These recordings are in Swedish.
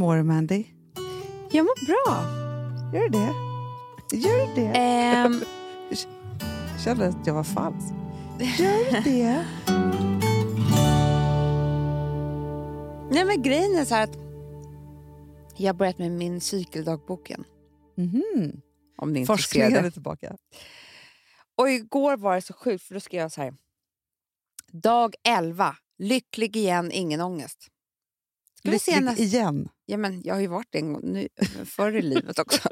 mår du, Mandy? Jag mår bra. Gör det? Gör det? Jag kände att jag var falsk. Gör det? Nej, men grejen är så här att jag har börjat med min cykeldagboken. Mhm. Om ni är Forskningen intresserade. är tillbaka. Och igår var det så sjukt, för då skrev jag så här. Dag 11. Lycklig igen, ingen ångest. Ska vi se Lycklig igen. Ja, men jag har ju varit en gång nu, förr i livet också.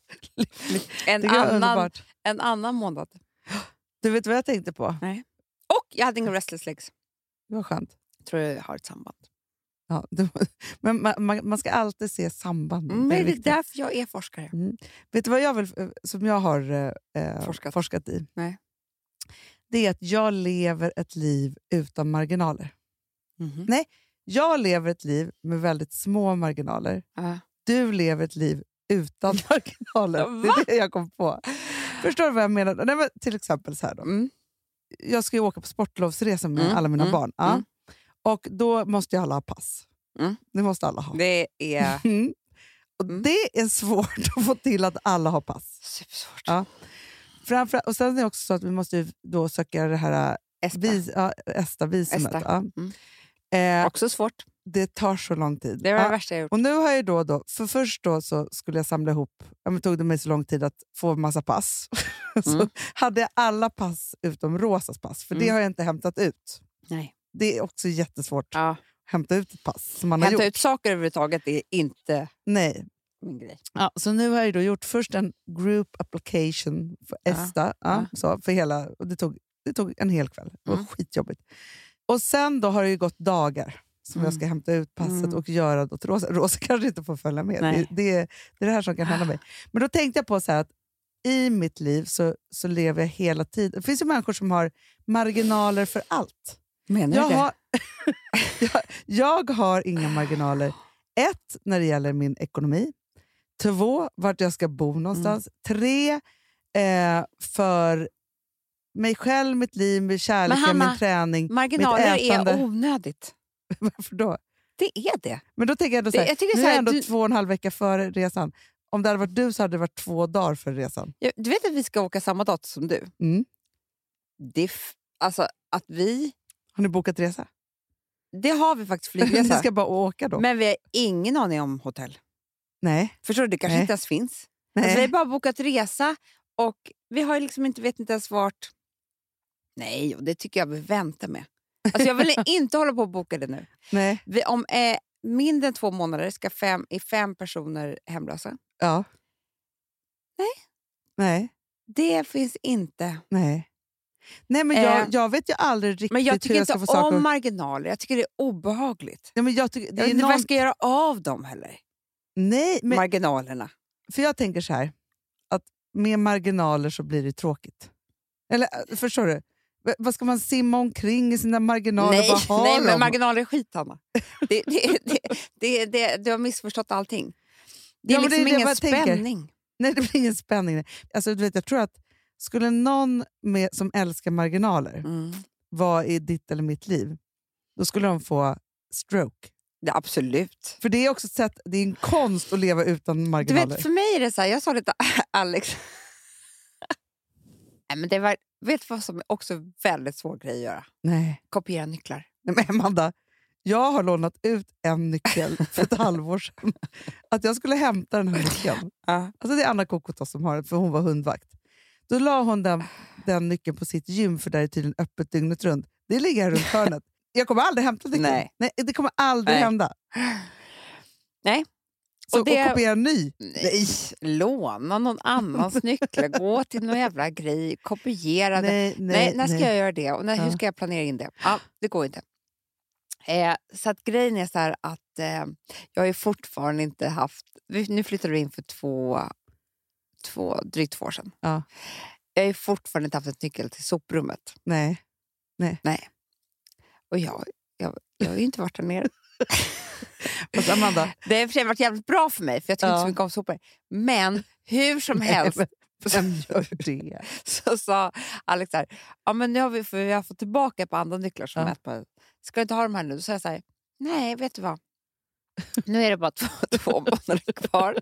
Det är underbart. En annan månad. Du vet vad jag tänkte på? Nej. Och jag hade inga restless legs. Det var skönt. Jag tror jag har ett samband. Ja, men man ska alltid se samband. Men det är därför jag är forskare. Mm. Vet du vad jag vill, som jag har forskat i? Nej. Det är att jag lever ett liv utan marginaler. Mhm. Nej, jag lever ett liv med väldigt små marginaler. Du lever ett liv utan marginaler. Det är det jag kom på. Förstår du vad jag menar? Nej, men till exempel så här då. Mm. Jag ska ju åka på sportlovsresa med alla mina barn. Ja. Mm. Och då måste ju alla ha pass. Mm. Det måste alla ha. Det är Och det är svårt att få till att alla har pass. supersvårt. Ja. Framförallt, och sen är det också så att vi måste ju då söka det här ESTA-visumet. Esta. Ja. Också svårt. Det tar så lång tid. Det var det värsta jag gjort. Och nu har jag då för först då så skulle jag samla ihop, tog det mig så lång tid att få en massa pass. Så hade jag alla pass utom Rosas pass, för det har jag inte hämtat ut. Nej. Det är också jättesvårt Ja. att hämta ut ett pass som man har Hämta gjort. ut saker överhuvudtaget är inte Nej. min grej. Ja, så nu har jag då gjort först en group application för ESTA. Så för hela, och det tog en hel kväll. Det var skitjobbigt. Och sen då har det ju gått dagar som jag ska hämta ut passet och göra det åt Rosa. Rosa kanske inte får följa med. Det är det här som kan hända mig. Men då tänkte jag på så här att i mitt liv så lever jag hela tiden. Det finns ju människor som har marginaler för allt. Menar du det? Jag har inga marginaler. 1, när det gäller min ekonomi. 2, vart jag ska bo någonstans. 3, för mig själv, mitt liv, min kärlek, min träning, marginaler mitt ätande. är onödigt. Varför då? Det är det. Men då tänker jag då så här, jag tycker nu så är här, jag ändå du... 2,5 veckor före resan. Om det hade varit du så hade det varit 2 dagar före resan. Ja, du vet att vi ska åka samma datum som du? Mm. Alltså att vi... Har ni bokat resa? Det har vi faktiskt Ni flygresa. ska bara åka då? Men vi har ingen aning om hotell. Nej. Förstår du? Det kanske inte ens finns. Nej. Alltså, vi har bara bokat resa och vi har liksom vet inte ens vart... Nej, och det tycker jag vi väntar med. Alltså jag vill inte hålla på att boka det nu. Nej. Om mindre än 2 månader ska 5 personer hemlösa. Ja. Nej. Det finns inte. Nej, men jag vet ju aldrig riktigt Men jag tycker hur jag inte ska få saker. om marginaler. Jag tycker det är obehagligt. Nej, men jag tycker, Jag vet inte vad jag ska göra av dem heller. Nej, men Marginalerna. för jag tänker så här, att med marginaler så blir det tråkigt. Eller förstår du? Vad ska man simma omkring i sina marginaler? Nej, men marginaler är skit, Hanna. Du har missförstått allting. Det är liksom ingen spänning. Nej, det blir ingen spänning. Alltså, du vet, jag tror att skulle någon som älskar marginaler vara i ditt eller mitt liv, då skulle de få stroke. Ja, absolut. För det är också ett sätt, det är en konst att leva utan marginaler. Du vet, för mig är det så här, jag sa det till Alex. Nej, men vet du vad som är också väldigt svår grej att göra? Nej. Kopiera nycklar. Nej, men Amanda, jag har lånat ut en nyckel för ett halvår sedan. Att jag skulle hämta den här nyckeln. Alltså det är Anna Kokotos som har den, för hon var hundvakt. Då la hon den nyckeln på sitt gym, för där är tydligen öppet dygnet runt. Det ligger här runt hörnet. Jag kommer aldrig hämta nyckeln. Nej, det kommer aldrig hända. Nej. Så och kopiera ny? Nej. Låna någon annans nycklar. Gå till någon jävla grej. Kopiera det. Nej, när ska jag göra det? Och hur ska jag planera in det? Ja, det går inte. Så att grejen är så här att jag har ju fortfarande inte haft... Nu flyttade vi in för drygt 2 år sedan. Ja. Jag har ju fortfarande inte haft ett nyckel till soprummet. Nej. Och jag har ju inte varit där nere. Fast Amanda, det har varit jävligt bra för mig, för jag tycker inte så mycket om sopor. Men hur som helst... Vem gör det? Så sa Alex här, ja men nu har vi har fått tillbaka på andra nycklar som på. Ska du inte ha de här nu? Då sa jag så här, nej, vet du vad? Nu är det bara två månader kvar.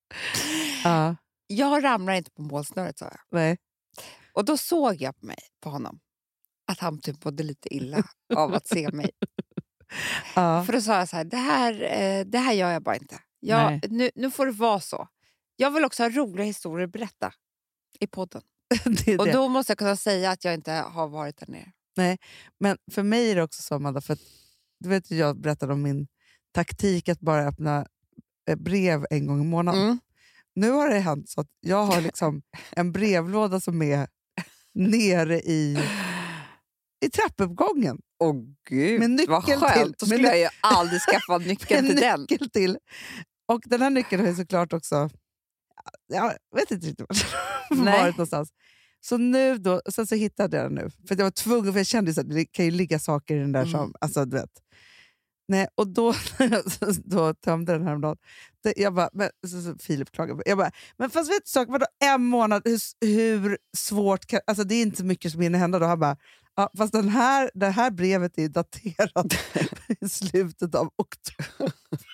Jag ramlar inte på målsnöret, sa jag. Nej. Och då såg jag på honom att han typ mådde lite illa av att se mig. För då sa jag så här, det här gör jag bara inte. Nu får det vara så. Jag vill också ha roliga historier att berätta i podden. Det. Och då måste jag kunna säga att jag inte har varit där nere. Nej, men för mig är det också så, Amanda, för att, du vet, jag berättade om min taktik att bara öppna brev en gång i månaden. Nu har det hänt så att jag har liksom en brevlåda som är nere i trappuppgången. Åh gud, med nyckel vad skönt. till. Då skulle jag ju aldrig skaffa nyckeln till den. Nyckel till. Och den här nyckeln har ju såklart också... Jag vet inte riktigt varit någonstans. Så nu då, sen så hittade jag den nu. För jag var tvungen, för jag kände att det kan ju ligga saker i den där som... Alltså, du vet. Nej, och då tömde den häromdagen. Jag bara, men, så Filip klagade. Jag bara, men fast vet du sak, vadå en månad, hur svårt kan... Alltså det är inte så mycket som hinner hända då. Han bara, ja, fast det här brevet är daterat i slutet av oktober.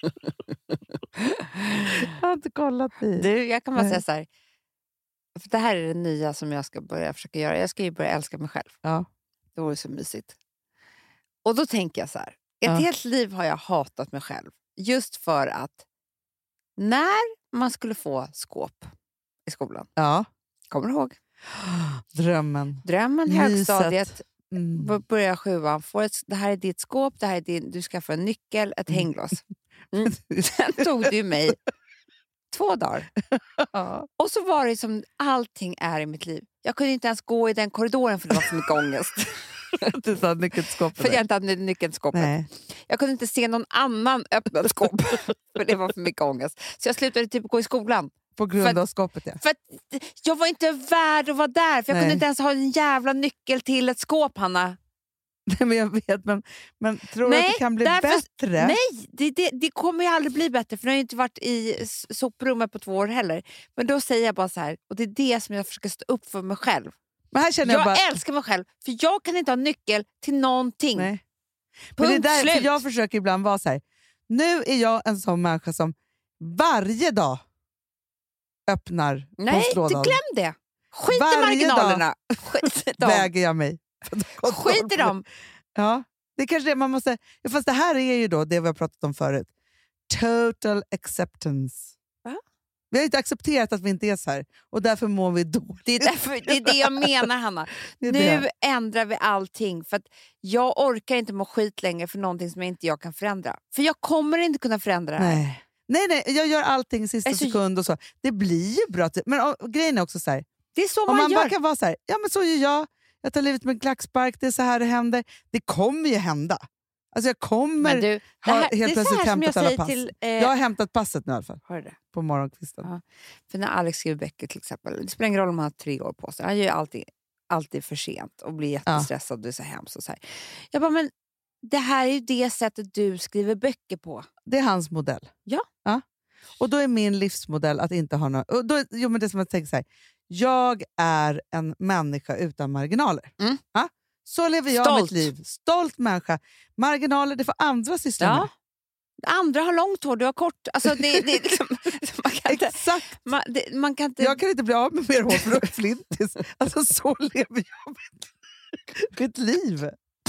Jag har inte kollat det. Du, jag kan bara säga så här. För det här är det nya som jag ska börja försöka göra. Jag ska ju börja älska mig själv. Ja. Det vore så mysigt. Och då tänker jag så här. Ett helt liv har jag hatat mig själv. Just för att när man skulle få skåp i skolan. Ja. Kommer du ihåg? Drömmen, högstadiet. Börjar 7:an. Det här är ditt skåp, det här är du skaffar en nyckel, ett hänglås. Sen tog det ju mig 2 dagar. Och så var det som allting är i mitt liv. Jag kunde inte ens gå i den korridoren för det var för mycket ångest. Du sa nyckelskåpet. För jag inte hade nyckelskåpet. Nej. Jag kunde inte se någon annan öppna skåp. För det var för mycket ångest. Så jag slutade typ gå i skolan. På grund av skåpet, ja. För att jag var inte värd att vara där. För jag kunde inte ens ha en jävla nyckel till ett skåp, Hanna. Nej, men jag vet. Men tror du att det kan bli bättre? Nej, det kommer ju aldrig bli bättre. För jag har ju inte varit i soprummet på 2 år heller. Men då säger jag bara så här. Och det är det som jag försöker stå upp för mig själv. Men här känner jag älskar mig själv. För jag kan inte ha nyckel till någonting. Nej. Men det där, för jag försöker ibland vara så här. Nu är jag en sån människa som varje dag öppnar postlådan. Nej, glöm det. Skit i marginalerna. Skit i dem. Väger jag mig. Skit i dem. Ja, det är kanske det man måste... Fast det här är ju då det vi har pratat om förut. Total acceptance. Va? Vi har inte accepterat att vi inte är så här. Och därför mår vi dåligt. Det är det jag menar, Hanna. Nu ändrar vi allting. För att jag orkar inte må skit längre för någonting som jag kan förändra. För jag kommer inte kunna förändra det här. Nej, jag gör allting i sista sekund och så. Det blir ju bra. Men grejen är också så här. Det är så om man gör. Bara kan vara så här, ja men så gör jag. Jag tar livet med en klackspark, det är så här det händer. Det kommer ju hända. Alltså jag kommer helt plötsligt hämtat alla pass. Jag har hämtat passet nu i alla fall. Har du det? På morgonkvisten. Ja. För när Alex skriver böcker till exempel, det spelar ingen roll om han har 3 år på sig. Han gör ju alltid för sent och blir jättestressad och det är så hemskt. Och så här. Jag bara, men det här är ju det sättet du skriver böcker på. Det är hans modell. Ja. Och då är min livsmodell att inte ha några... Och då, men det är som att tänka så här. Jag är en människa utan marginaler. Ja? Så lever jag mitt liv. Stolt människa. Marginaler, det får andra syssla med. Andra har långt hår, du har kort. Alltså det är liksom, man kan inte, exakt. Man kan inte... Jag kan inte bli av med mer hår för då är flintis. Alltså så lever jag mitt liv.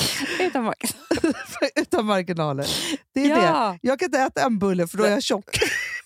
Utan marginaler. Det är det. Jag kan inte äta en bulle för då är jag tjock.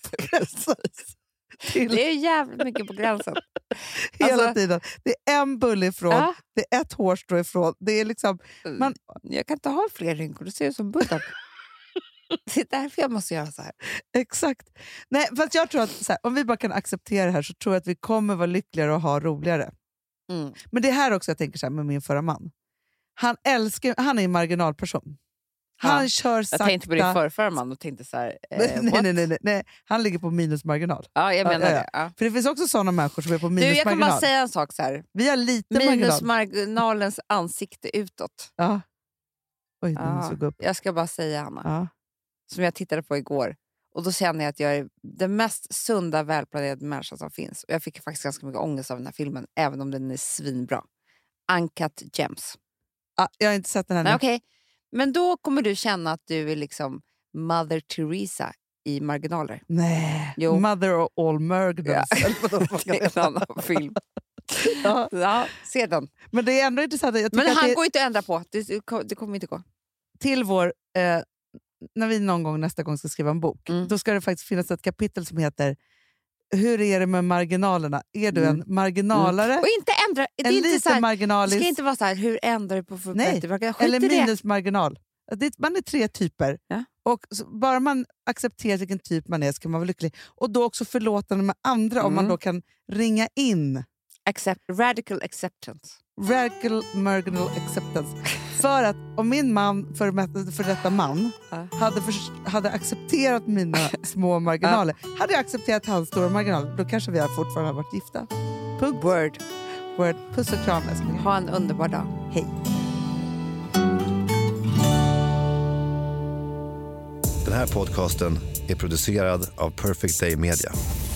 Det är jävligt mycket på gränsen. Hela tiden. Det är en bulle ifrån, det är ett hårstrå ifrån. Det är liksom, jag kan inte ha fler rynkor, det ser ut som bullen. Det är därför jag måste göra så här. Exakt. Nej, fast jag tror att så här, om vi bara kan acceptera det här så tror jag att vi kommer vara lyckligare och ha roligare. Men det här också jag tänker så här med min förra man. Han är en marginalperson. Han kör sakta. Jag tänkte på din förra man och tänkte så här... Nej. Han ligger på minusmarginal. Ja, jag menar det. Ja. För det finns också sådana människor som är på minusmarginal. Jag kan bara säga en sak så här. Vi har lite minusmarginalens ansikte utåt. Ja. Oj, den såg upp. Jag ska bara säga, Hanna. Som jag tittade på igår. Och då känner jag att jag är den mest sunda, välplanerade människan som finns. Och jag fick faktiskt ganska mycket ångest av den här filmen. Även om den är svinbra. Uncut Gems. Jag har inte sett den här nu. Okej. Men då kommer du känna att du är liksom Mother Teresa i marginaler. Nej, jo. Mother of all Murgdals. Det är en annan film. Ja, se den. Men det är ändå intressant. Men han går inte att ändra på. Det kommer inte gå. Till vår... när vi någon gång nästa gång ska skriva en bok, då ska det faktiskt finnas ett kapitel som heter hur är det med marginalerna? Är du en marginalare? Och inte ändra, det är inte så här, marginalis. Det ska inte vara så här, hur ändrar du på förbättring? Eller minusmarginal. Man är 3 typer. Ja. Och bara man accepterar vilken typ man är så kan man vara lycklig. Och då också förlåtande med andra om man då kan ringa in. Radical acceptance. Radical marginal acceptance. För att om min man, för detta man, hade accepterat mina små marginaler, hade jag accepterat hans stora marginaler, då kanske vi fortfarande varit gifta. Punkt. Word. Puss och kram. Ha en underbar dag. Hej. Den här podcasten är producerad av Perfect Day Media.